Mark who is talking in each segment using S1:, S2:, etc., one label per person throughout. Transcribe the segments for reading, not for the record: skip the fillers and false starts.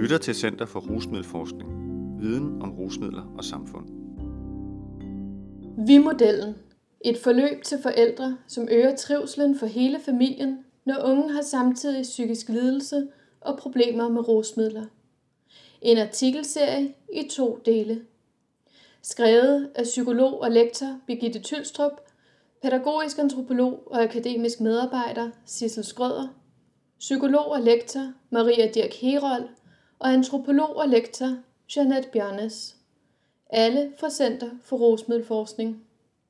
S1: lytter til Center for Rusmiddelforskning. Viden om rusmidler og samfund.
S2: Vi-modellen. Et forløb til forældre, som øger trivslen for hele familien, når unge har samtidig psykisk lidelse og problemer med rusmidler. En artikelserie i 2 dele. Skrevet af psykolog og lektor Birgitte Tylstrup, pædagogisk antropolog og akademisk medarbejder Sissel Schrøder, psykolog og lektor Maria Dirk Herold og antropolog og lektor Jeanette Bjørnes. Alle fra Center for Rusmiddelforskning.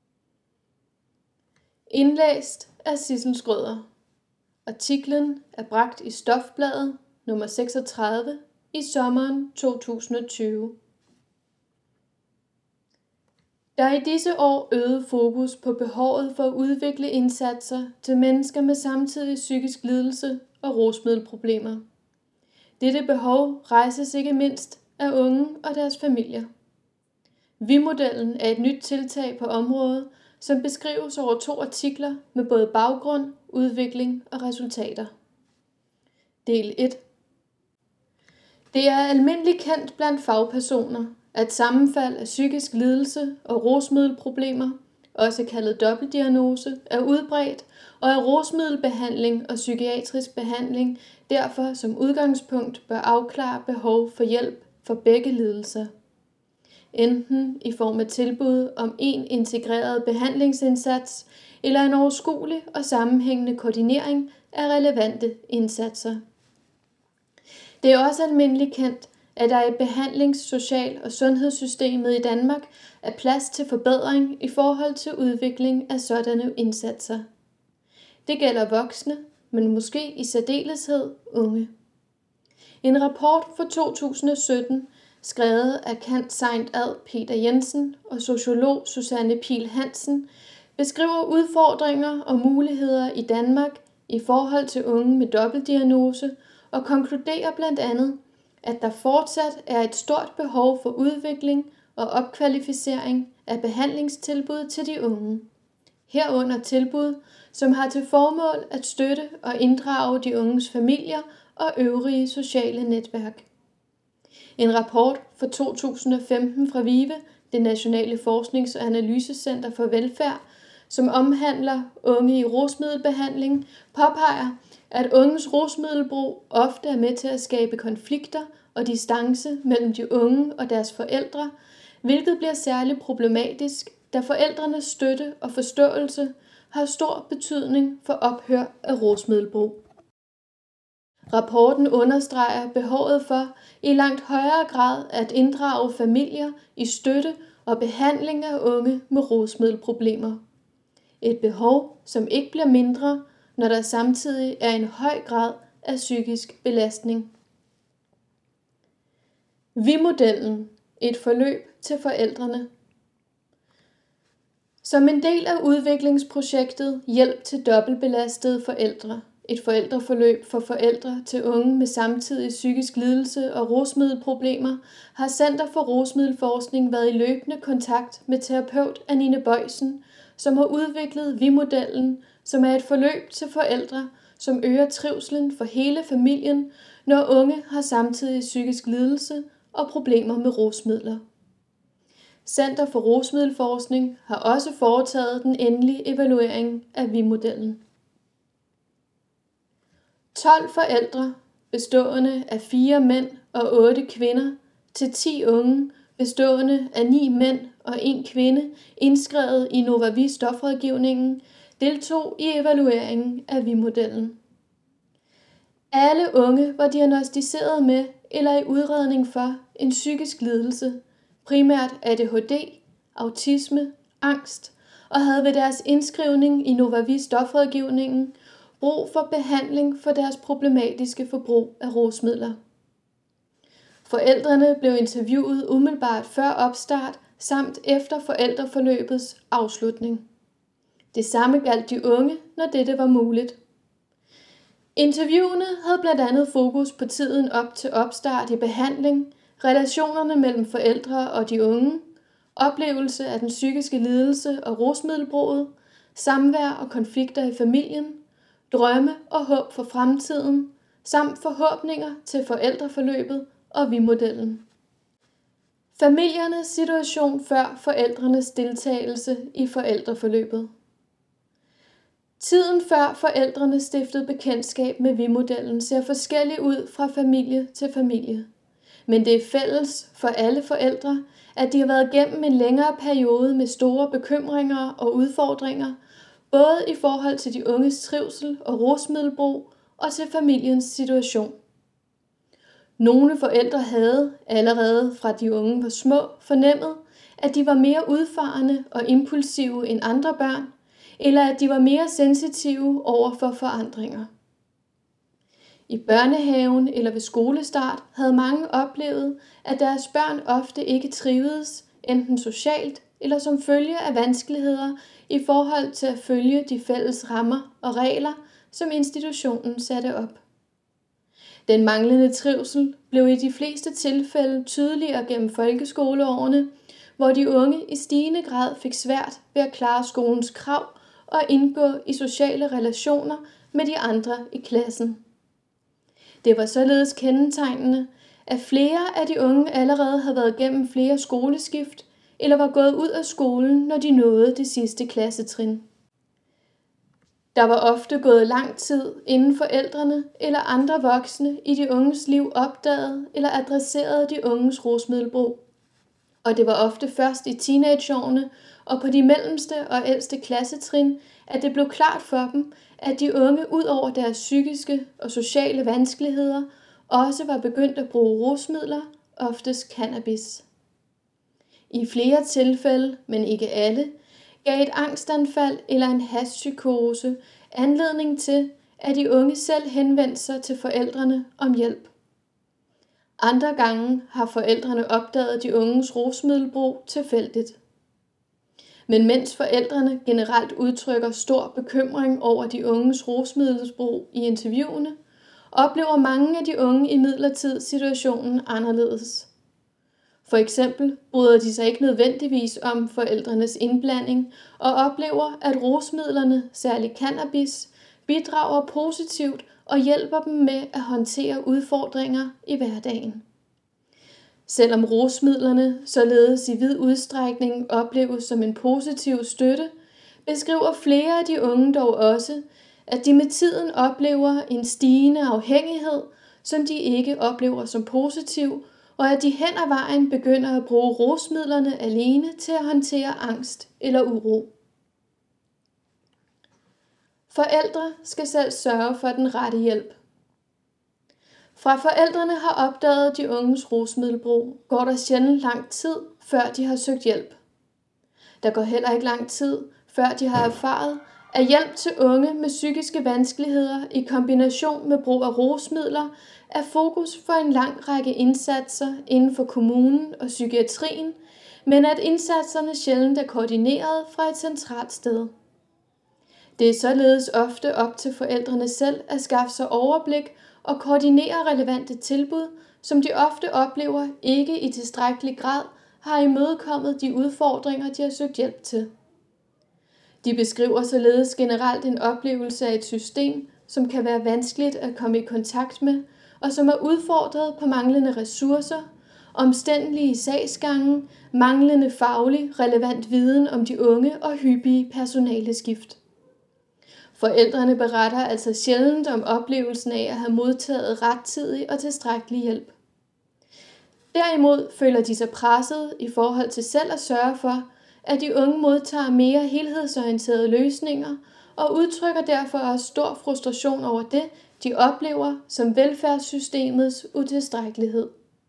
S2: Indlæst af Sissel Schrøder. Artiklen er bragt i Stofbladet nummer 36 i sommeren 2020. Der er i disse år øget fokus på behovet for at udvikle indsatser til mennesker med samtidig psykisk lidelse og rusmiddelproblemer. Dette behov rejses ikke mindst af unge og deres familier. Vi-modellen er et nyt tiltag på området, som beskrives over 2 artikler med både baggrund, udvikling og resultater. Del 1. Det er almindeligt kendt blandt fagpersoner, at sammenfald af psykisk lidelse og rusmiddelproblemer, også kaldet dobbeltdiagnose, er udbredt, og at rusmiddelbehandling og psykiatrisk behandling derfor som udgangspunkt bør afklare behov for hjælp for begge lidelser. Enten i form af tilbud om en integreret behandlingsindsats eller en overskuelig og sammenhængende koordinering af relevante indsatser. Det er også almindeligt kendt, at der i behandlings-, social- og sundhedssystemet i Danmark er plads til forbedring i forhold til udvikling af sådanne indsatser. Det gælder voksne, men måske i særdeleshed unge. En rapport fra 2017, skrevet af cand. Seint Ad. Peter Jensen og sociolog Susanne Pihl Hansen, beskriver udfordringer og muligheder i Danmark i forhold til unge med dobbeltdiagnose og konkluderer blandt andet, at der fortsat er et stort behov for udvikling og opkvalificering af behandlingstilbud til de unge. Herunder tilbud, som har til formål at støtte og inddrage de unges familier og øvrige sociale netværk. En rapport fra 2015 fra VIVE, det Nationale Forsknings- og Analysecenter for Velfærd, som omhandler unge i rusmiddelbehandling, påpeger, at unges rusmiddelbrug ofte er med til at skabe konflikter og distance mellem de unge og deres forældre, hvilket bliver særligt problematisk, da forældrenes støtte og forståelse har stor betydning for ophør af rusmiddelbrug. Rapporten understreger behovet for i langt højere grad at inddrage familier i støtte og behandling af unge med rusmiddelproblemer. Et behov, som ikke bliver mindre, når der samtidig er en høj grad af psykisk belastning. Vi-modellen. Et forløb til forældrene. Som en del af udviklingsprojektet Hjælp til dobbeltbelastede forældre, et forældreforløb for forældre til unge med samtidig psykisk lidelse og rusmiddelproblemer, har Center for Rusmiddelforskning været i løbende kontakt med terapeut Anine Bøjsen, som har udviklet Vi-modellen, som er et forløb til forældre, som øger trivslen for hele familien, når unge har samtidig psykisk lidelse og problemer med rusmidler. Center for Rusmiddelforskning har også foretaget den endelige evaluering af Vi-modellen. 12 forældre, bestående af 4 mænd og 8 kvinder, til 10 unge, bestående af 9 mænd og 1 kvinde, indskrevet i Novavi stofrådgivningen, deltog i evalueringen af Vi-modellen. Alle unge var diagnosticeret med eller i udredning for en psykisk lidelse, primært ADHD, autisme, angst, og havde ved deres indskrivning i Novavi stofrådgivningen brug for behandling for deres problematiske forbrug af rusmidler. Forældrene blev interviewet umiddelbart før opstart samt efter forældreforløbets afslutning. Det samme galt de unge, når dette var muligt. Interviewene havde blandt andet fokus på tiden op til opstart i behandling, relationerne mellem forældre og de unge, oplevelse af den psykiske lidelse og rusmiddelbruget, samvær og konflikter i familien, drømme og håb for fremtiden, samt forhåbninger til forældreforløbet og vi-modellen. Familiernes situation før forældrenes deltagelse i forældreforløbet. Tiden før forældrene stiftede bekendtskab med vi-modellen ser forskellig ud fra familie til familie. Men det er fælles for alle forældre, at de har været gennem en længere periode med store bekymringer og udfordringer, både i forhold til de unges trivsel og rusmiddelbrug og til familiens situation. Nogle forældre havde, allerede fra de unge var små, fornemmet, at de var mere udfarende og impulsive end andre børn, eller at de var mere sensitive over for forandringer. I børnehaven eller ved skolestart havde mange oplevet, at deres børn ofte ikke trivedes, enten socialt eller som følge af vanskeligheder i forhold til at følge de fælles rammer og regler, som institutionen satte op. Den manglende trivsel blev i de fleste tilfælde tydeligere gennem folkeskoleårene, hvor de unge i stigende grad fik svært ved at klare skolens krav og indgå i sociale relationer med de andre i klassen. Det var således kendetegnende, at flere af de unge allerede havde været gennem flere skoleskift eller var gået ud af skolen, når de nåede det sidste klassetrin. Der var ofte gået lang tid, inden forældrene eller andre voksne i de unges liv opdagede eller adresserede de unges rusmiddelbrug. Og det var ofte først i teenageårene og på de mellemste og ældste klassetrin, at det blev klart for dem, at de unge ud over deres psykiske og sociale vanskeligheder også var begyndt at bruge rusmidler, oftest cannabis. I flere tilfælde, men ikke alle, gav et angstanfald eller en hashpsykose anledning til, at de unge selv henvendte sig til forældrene om hjælp. Andre gange har forældrene opdaget de unges rusmiddelbrug tilfældigt. Men mens forældrene generelt udtrykker stor bekymring over de unges rusmiddelbrug i interviewene, oplever mange af de unge imidlertid situationen anderledes. For eksempel bryder de sig ikke nødvendigvis om forældrenes indblanding og oplever, at rusmidlerne, særligt cannabis, bidrager positivt og hjælper dem med at håndtere udfordringer i hverdagen. Selvom rusmidlerne således i vid udstrækning opleves som en positiv støtte, beskriver flere af de unge dog også, at de med tiden oplever en stigende afhængighed, som de ikke oplever som positiv, og at de hen ad vejen begynder at bruge rusmidlerne alene til at håndtere angst eller uro. Forældre skal selv sørge for den rette hjælp. Fra forældrene har opdaget de unges rusmiddelbrug, går der sjældent lang tid, før de har søgt hjælp. Der går heller ikke lang tid, før de har erfaret, at hjælp til unge med psykiske vanskeligheder i kombination med brug af rusmidler er fokus for en lang række indsatser inden for kommunen og psykiatrien, men at indsatserne sjældent er koordineret fra et centralt sted. Det er således ofte op til forældrene selv at skaffe sig overblik og koordinere relevante tilbud, som de ofte oplever ikke i tilstrækkelig grad har imødekommet de udfordringer, de har søgt hjælp til. De beskriver således generelt en oplevelse af et system, som kan være vanskeligt at komme i kontakt med, og som er udfordret på manglende ressourcer, omstændelige sagsgange, manglende faglig relevant viden om de unge og hyppige personaleskift. Forældrene beretter altså sjældent om oplevelsen af at have modtaget rettidig og tilstrækkelig hjælp. Derimod føler de sig presset i forhold til selv at sørge for, at de unge modtager mere helhedsorienterede løsninger og udtrykker derfor også stor frustration over det, de oplever som velfærdssystemets utilstrækkelighed.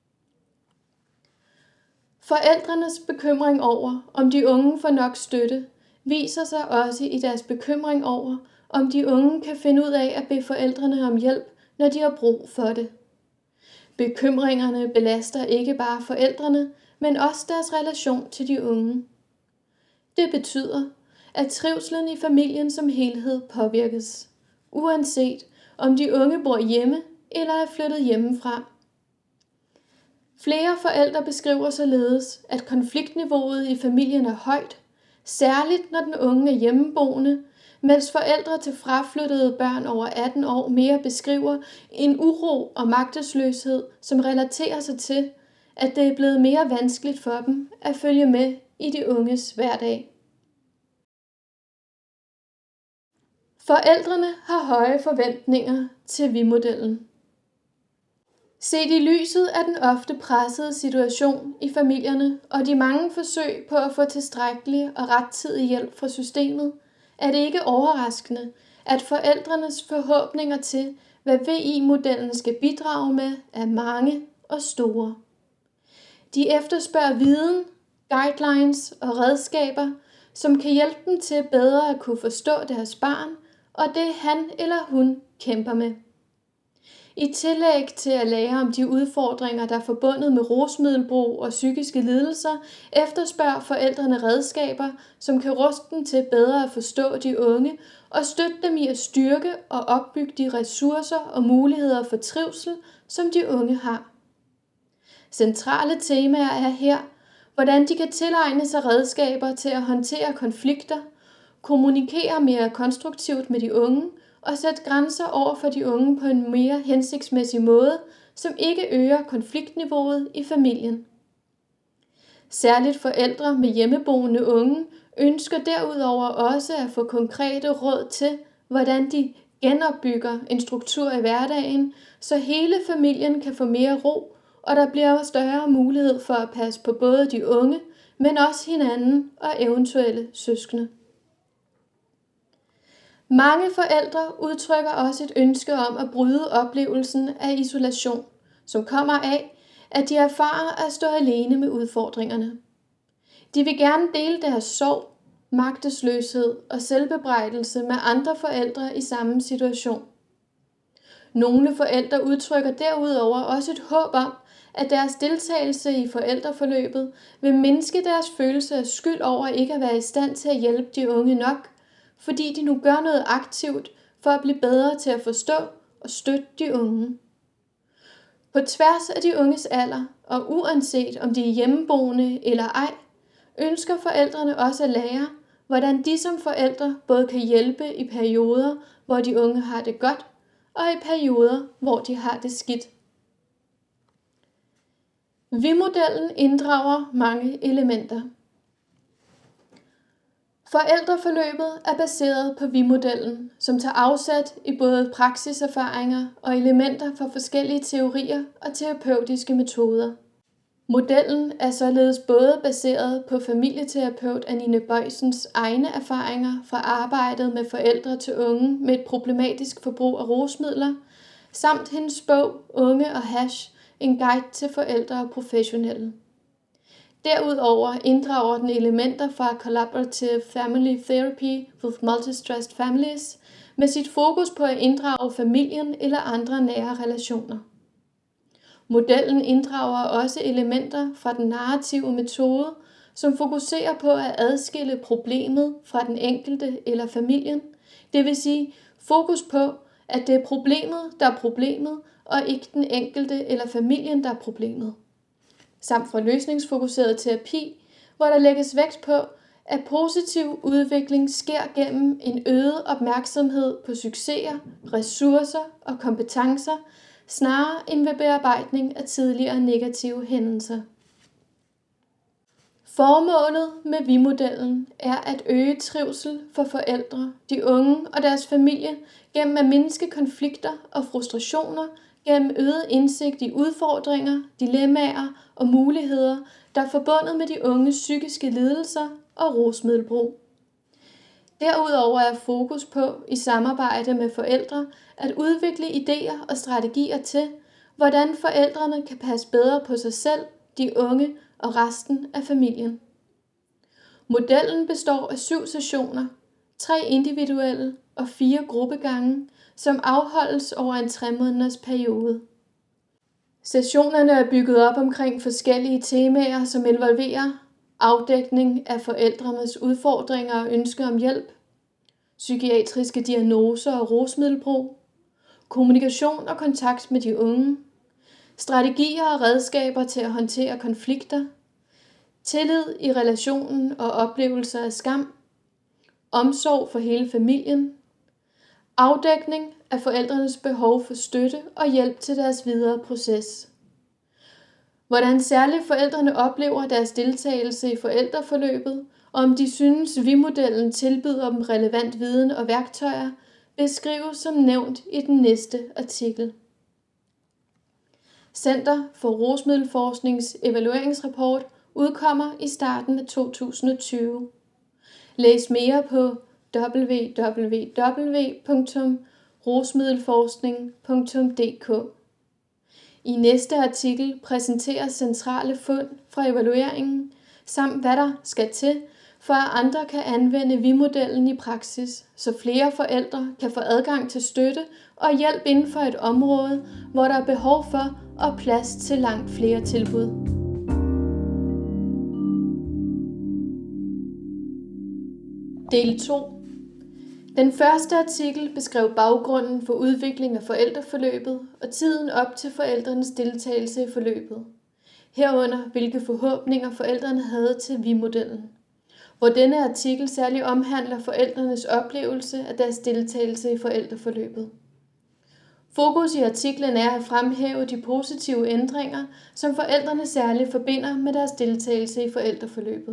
S2: Forældrenes bekymring over, om de unge får nok støtte, viser sig også i deres bekymring over, om de unge kan finde ud af at bede forældrene om hjælp, når de har brug for det. Bekymringerne belaster ikke bare forældrene, men også deres relation til de unge. Det betyder, at trivslen i familien som helhed påvirkes, uanset om de unge bor hjemme eller er flyttet hjemmefra. Flere forældre beskriver således, at konfliktniveauet i familien er højt, særligt når den unge er hjemmeboende, mens forældre til fraflyttede børn over 18 år mere beskriver en uro og magtesløshed, som relaterer sig til, at det er blevet mere vanskeligt for dem at følge med i de unges hverdag. Forældrene har høje forventninger til vi-modellen. Set i lyset af den ofte pressede situation i familierne og de mange forsøg på at få tilstrækkelig og rettidig hjælp fra systemet, er det ikke overraskende, at forældrenes forhåbninger til, hvad VI-modellen skal bidrage med, er mange og store. De efterspørger viden, guidelines og redskaber, som kan hjælpe dem til bedre at kunne forstå deres barn og det han eller hun kæmper med. I tillæg til at lære om de udfordringer, der er forbundet med rusmiddelbrug og psykiske lidelser, efterspørger forældrene redskaber, som kan ruste dem til bedre at forstå de unge og støtte dem i at styrke og opbygge de ressourcer og muligheder for trivsel, som de unge har. Centrale temaer er her, hvordan de kan tilegne sig redskaber til at håndtere konflikter, kommunikere mere konstruktivt med de unge og sætte grænser over for de unge på en mere hensigtsmæssig måde, som ikke øger konfliktniveauet i familien. Særligt forældre med hjemmeboende unge ønsker derudover også at få konkrete råd til, hvordan de genopbygger en struktur i hverdagen, så hele familien kan få mere ro, og der bliver større mulighed for at passe på både de unge, men også hinanden og eventuelle søskende. Mange forældre udtrykker også et ønske om at bryde oplevelsen af isolation, som kommer af, at de erfarer at stå alene med udfordringerne. De vil gerne dele deres sorg, magtesløshed og selvbebrejdelse med andre forældre i samme situation. Nogle forældre udtrykker derudover også et håb om, at deres deltagelse i forældreforløbet vil mindske deres følelse af skyld over ikke at være i stand til at hjælpe de unge nok, fordi de nu gør noget aktivt for at blive bedre til at forstå og støtte de unge. På tværs af de unges alder, og uanset om de er hjemmeboende eller ej, ønsker forældrene også at lære, hvordan de som forældre både kan hjælpe i perioder, hvor de unge har det godt, og i perioder, hvor de har det skidt. Vi-modellen inddrager mange elementer. Forældreforløbet er baseret på vi-modellen, som tager afsæt i både praksiserfaringer og elementer fra forskellige teorier og terapeutiske metoder. Modellen er således både baseret på familieterapeut Anine Bøjsens egne erfaringer fra arbejdet med forældre til unge med et problematisk forbrug af rusmidler, samt hendes bog Unge og Hash, en guide til forældre og professionelle. Derudover inddrager den elementer fra Collaborative Family Therapy with Multi-Stressed Families med sit fokus på at inddrage familien eller andre nære relationer. Modellen inddrager også elementer fra den narrative metode, som fokuserer på at adskille problemet fra den enkelte eller familien, det vil sige fokus på, at det er problemet, der er problemet, og ikke den enkelte eller familien, der er problemet. Samt fra løsningsfokuseret terapi, hvor der lægges vægt på, at positiv udvikling sker gennem en øget opmærksomhed på succeser, ressourcer og kompetencer, snarere end ved bearbejdning af tidligere negative hændelser. Formålet med vi-modellen er at øge trivsel for forældre, de unge og deres familie gennem at mindske konflikter og frustrationer, gennem øget indsigt i udfordringer, dilemmaer og muligheder, der er forbundet med de unges psykiske lidelser og rusmiddelbrug. Derudover er fokus på, i samarbejde med forældre, at udvikle idéer og strategier til, hvordan forældrene kan passe bedre på sig selv, de unge og resten af familien. Modellen består af 7 sessioner, 3 individuelle og 4 gruppegange, som afholdes over en 3 måneders periode. Sessionerne er bygget op omkring forskellige temaer, som involverer afdækning af forældrenes udfordringer og ønsker om hjælp, psykiatriske diagnoser og rusmiddelbrug, kommunikation og kontakt med de unge, strategier og redskaber til at håndtere konflikter, tillid i relationen og oplevelser af skam, omsorg for hele familien, afdækning af forældrenes behov for støtte og hjælp til deres videre proces. Hvordan særligt forældrene oplever deres deltagelse i forældreforløbet, og om de synes, vi-modellen tilbyder dem relevant viden og værktøjer, beskrives som nævnt i den næste artikel. Center for Rusmiddelforsknings evalueringsrapport udkommer i starten af 2020. Læs mere på www.rusmiddelforskning.dk. I næste artikel præsenteres centrale fund fra evalueringen, samt hvad der skal til, for at andre kan anvende vi-modellen i praksis, så flere forældre kan få adgang til støtte og hjælp inden for et område, hvor der er behov for og plads til langt flere tilbud. Del 2. Den første artikel beskrev baggrunden for udvikling af forældreforløbet og tiden op til forældrenes deltagelse i forløbet. Herunder hvilke forhåbninger forældrene havde til vi-modellen. Hvor denne artikel særligt omhandler forældrenes oplevelse af deres deltagelse i forældreforløbet. Fokus i artiklen er at fremhæve de positive ændringer, som forældrene særligt forbinder med deres deltagelse i forældreforløbet.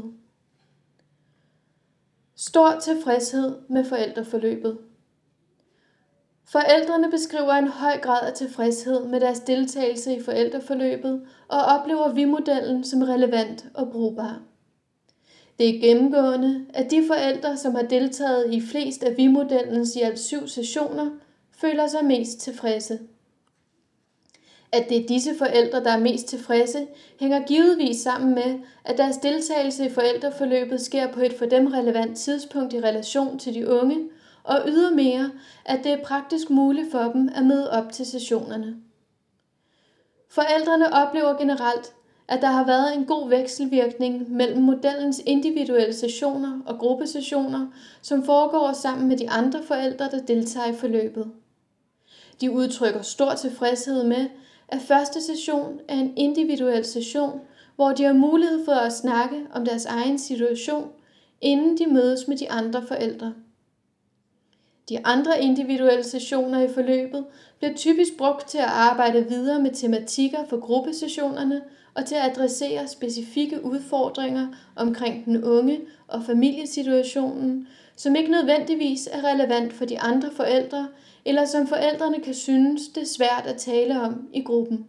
S2: Stor tilfredshed med forældreforløbet. Forældrene beskriver en høj grad af tilfredshed med deres deltagelse i forældreforløbet og oplever vi-modellen som relevant og brugbar. Det er gennemgående, at de forældre, som har deltaget i flest af vi-modellens i alt 7 sessioner, føler sig mest tilfredse. At det er disse forældre, der er mest tilfredse, hænger givetvis sammen med, at deres deltagelse i forældreforløbet sker på et for dem relevant tidspunkt i relation til de unge, og ydermere, at det er praktisk muligt for dem at møde op til sessionerne. Forældrene oplever generelt, at der har været en god vekselvirkning mellem modellens individuelle sessioner og gruppesessioner, som foregår sammen med de andre forældre, der deltager i forløbet. De udtrykker stor tilfredshed med, at første session er en individuel session, hvor de har mulighed for at snakke om deres egen situation, inden de mødes med de andre forældre. De andre individuelle sessioner i forløbet bliver typisk brugt til at arbejde videre med tematikker for gruppesessionerne og til at adressere specifikke udfordringer omkring den unge og familiesituationen, som ikke nødvendigvis er relevant for de andre forældre, eller som forældrene kan synes, det er svært at tale om i gruppen.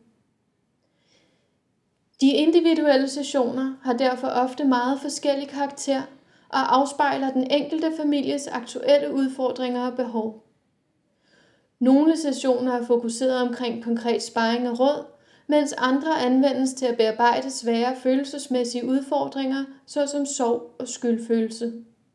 S2: De individuelle sessioner har derfor ofte meget forskellig karakter og afspejler den enkelte families aktuelle udfordringer og behov. Nogle sessioner er fokuseret omkring konkret sparring og råd, mens andre anvendes til at bearbejde svære følelsesmæssige udfordringer, såsom sorg og skyldfølelse.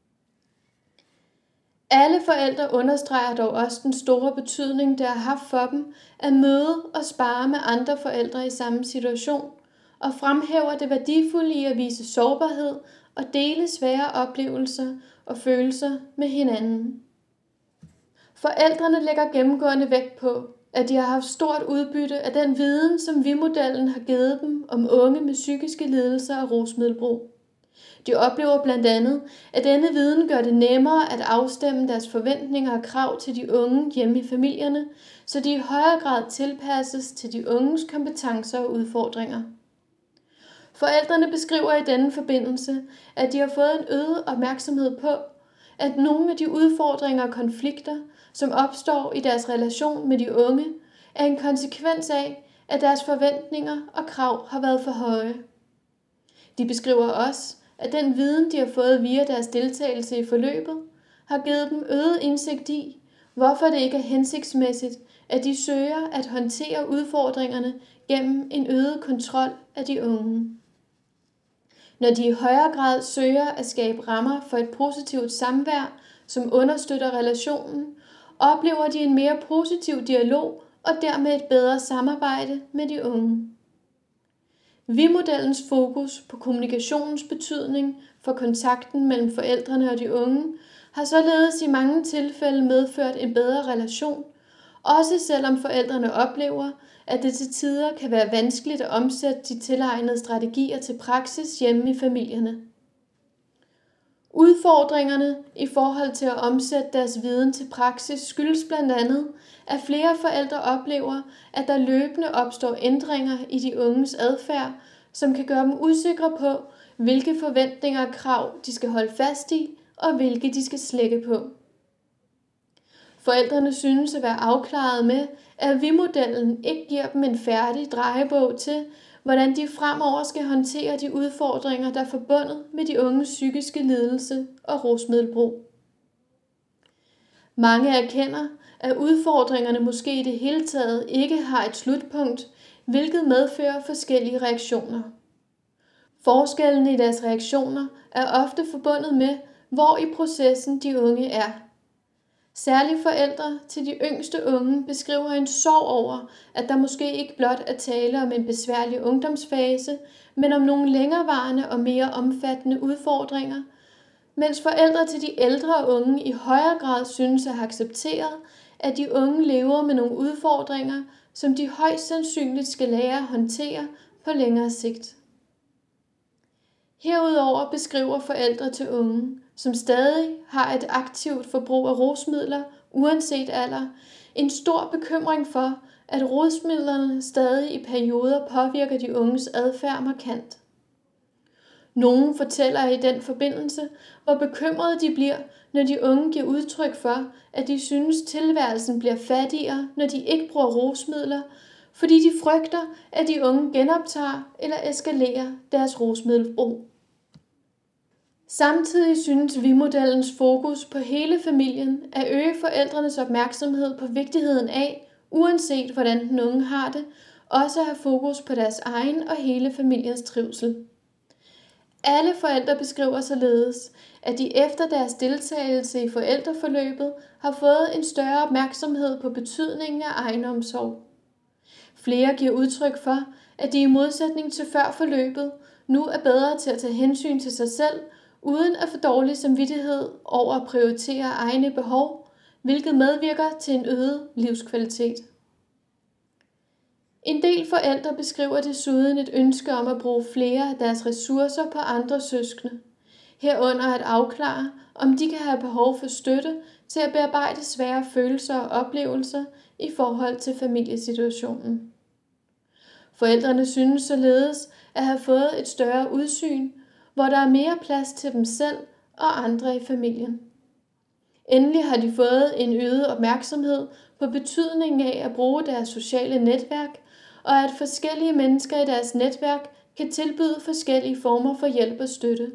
S2: Alle forældre understreger dog også den store betydning, det har haft for dem at møde og sparre med andre forældre i samme situation, og fremhæver det værdifulde i at vise sårbarhed og dele svære oplevelser og følelser med hinanden. Forældrene lægger gennemgående vægt på, at de har haft stort udbytte af den viden, som vi-modellen har givet dem om unge med psykiske lidelser og rusmiddelbrug. De oplever blandt andet, at denne viden gør det nemmere at afstemme deres forventninger og krav til de unge hjemme i familierne, så de i højere grad tilpasses til de unges kompetencer og udfordringer. Forældrene beskriver i denne forbindelse, at de har fået en øget opmærksomhed på, at nogle af de udfordringer og konflikter, som opstår i deres relation med de unge, er en konsekvens af, at deres forventninger og krav har været for høje. De beskriver også, at den viden, de har fået via deres deltagelse i forløbet, har givet dem øget indsigt i, hvorfor det ikke er hensigtsmæssigt, at de søger at håndtere udfordringerne gennem en øget kontrol af de unge. Når de i højere grad søger at skabe rammer for et positivt samvær, som understøtter relationen, oplever de en mere positiv dialog og dermed et bedre samarbejde med de unge. Vi-modellens fokus på kommunikationens betydning for kontakten mellem forældrene og de unge har således i mange tilfælde medført en bedre relation, også selvom forældrene oplever, at det til tider kan være vanskeligt at omsætte de tilegnede strategier til praksis hjemme i familierne. Udfordringerne i forhold til at omsætte deres viden til praksis skyldes blandt andet, at flere forældre oplever, at der løbende opstår ændringer i de unges adfærd, som kan gøre dem usikre på, hvilke forventninger og krav de skal holde fast i, og hvilke de skal slække på. Forældrene synes at være afklaret med, at vi-modellen ikke giver dem en færdig drejebog til, hvordan de fremover skal håndtere de udfordringer, der er forbundet med de unges psykiske lidelse og rusmiddelbrug. Mange erkender, at udfordringerne måske i det hele taget ikke har et slutpunkt, hvilket medfører forskellige reaktioner. Forskellene i deres reaktioner er ofte forbundet med, hvor i processen de unge er. Særligt forældre til de yngste unge beskriver en sorg over, at der måske ikke blot er tale om en besværlig ungdomsfase, men om nogle længerevarende og mere omfattende udfordringer, mens forældre til de ældre unge i højere grad synes at have accepteret, at de unge lever med nogle udfordringer, som de højst sandsynligt skal lære at håndtere på længere sigt. Herudover beskriver forældre til unge, som stadig har et aktivt forbrug af rusmidler, uanset alder, en stor bekymring for, at rusmidlerne stadig i perioder påvirker de unges adfærd markant. Nogle fortæller i den forbindelse, hvor bekymrede de bliver, når de unge giver udtryk for, at de synes tilværelsen bliver fattigere, når de ikke bruger rusmidler, fordi de frygter, at de unge genoptager eller eskalerer deres rusmiddelbrug. Samtidig synes vi-modellens fokus på hele familien at øge forældrenes opmærksomhed på vigtigheden af, uanset hvordan den unge har det, også at have fokus på deres egen og hele familiens trivsel. Alle forældre beskriver således, at de efter deres deltagelse i forældreforløbet har fået en større opmærksomhed på betydningen af egenomsorg. Flere giver udtryk for, at de i modsætning til før forløbet nu er bedre til at tage hensyn til sig selv, uden at få dårlig samvittighed over at prioritere egne behov, hvilket medvirker til en øget livskvalitet. En del forældre beskriver desuden et ønske om at bruge flere af deres ressourcer på andre søskende, herunder at afklare, om de kan have behov for støtte til at bearbejde svære følelser og oplevelser i forhold til familiesituationen. Forældrene synes således at have fået et større udsyn, hvor der er mere plads til dem selv og andre i familien. Endelig har de fået en øget opmærksomhed på betydningen af at bruge deres sociale netværk, og at forskellige mennesker i deres netværk kan tilbyde forskellige former for hjælp og støtte.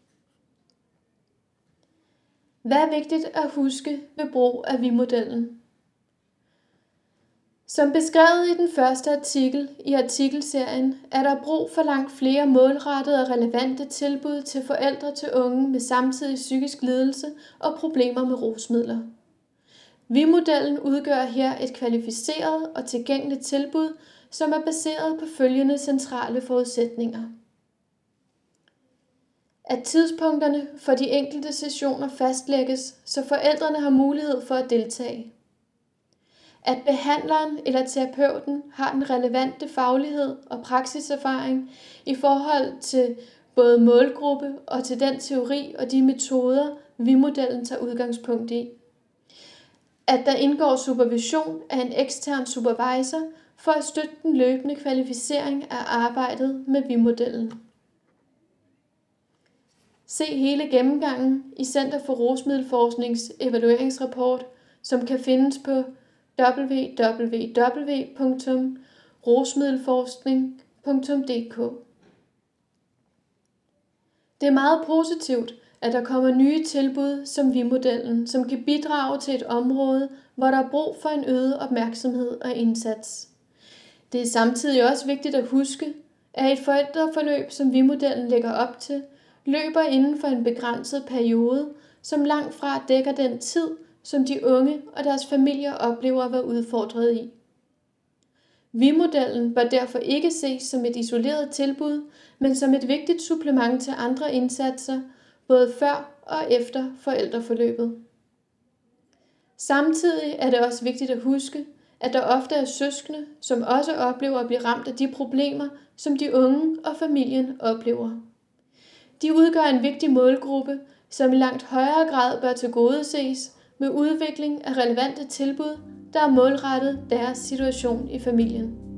S2: Hvad er vigtigt at huske ved brug af vi-modellen? Som beskrevet i den første artikel i artikelserien, er der brug for langt flere målrettede og relevante tilbud til forældre til unge med samtidig psykisk lidelse og problemer med rusmidler. Vi-modellen udgør her et kvalificeret og tilgængeligt tilbud, som er baseret på følgende centrale forudsætninger. At tidspunkterne for de enkelte sessioner fastlægges, så forældrene har mulighed for at deltage. At behandleren eller terapeuten har den relevante faglighed og praksiserfaring i forhold til både målgruppe og til den teori og de metoder, vi-modellen tager udgangspunkt i. At der indgår supervision af en ekstern supervisor for at støtte den løbende kvalificering af arbejdet med vi-modellen. Se hele gennemgangen i Center for Rusmiddelforsknings evalueringsrapport, som kan findes på www.rusmiddelforskning.dk. Det er meget positivt, at der kommer nye tilbud som vi-modellen, som kan bidrage til et område, hvor der er brug for en øget opmærksomhed og indsats. Det er samtidig også vigtigt at huske, at et forældreforløb, som vi-modellen lægger op til, løber inden for en begrænset periode, som langt fra dækker den tid, som de unge og deres familier oplever at være udfordret i. Vi-modellen bør derfor ikke ses som et isoleret tilbud, men som et vigtigt supplement til andre indsatser, både før og efter forældreforløbet. Samtidig er det også vigtigt at huske, at der ofte er søskende, som også oplever at blive ramt af de problemer, som de unge og familien oplever. De udgør en vigtig målgruppe, som i langt højere grad bør tilgodeses med udvikling af relevante tilbud, der er målrettet deres situation i familien.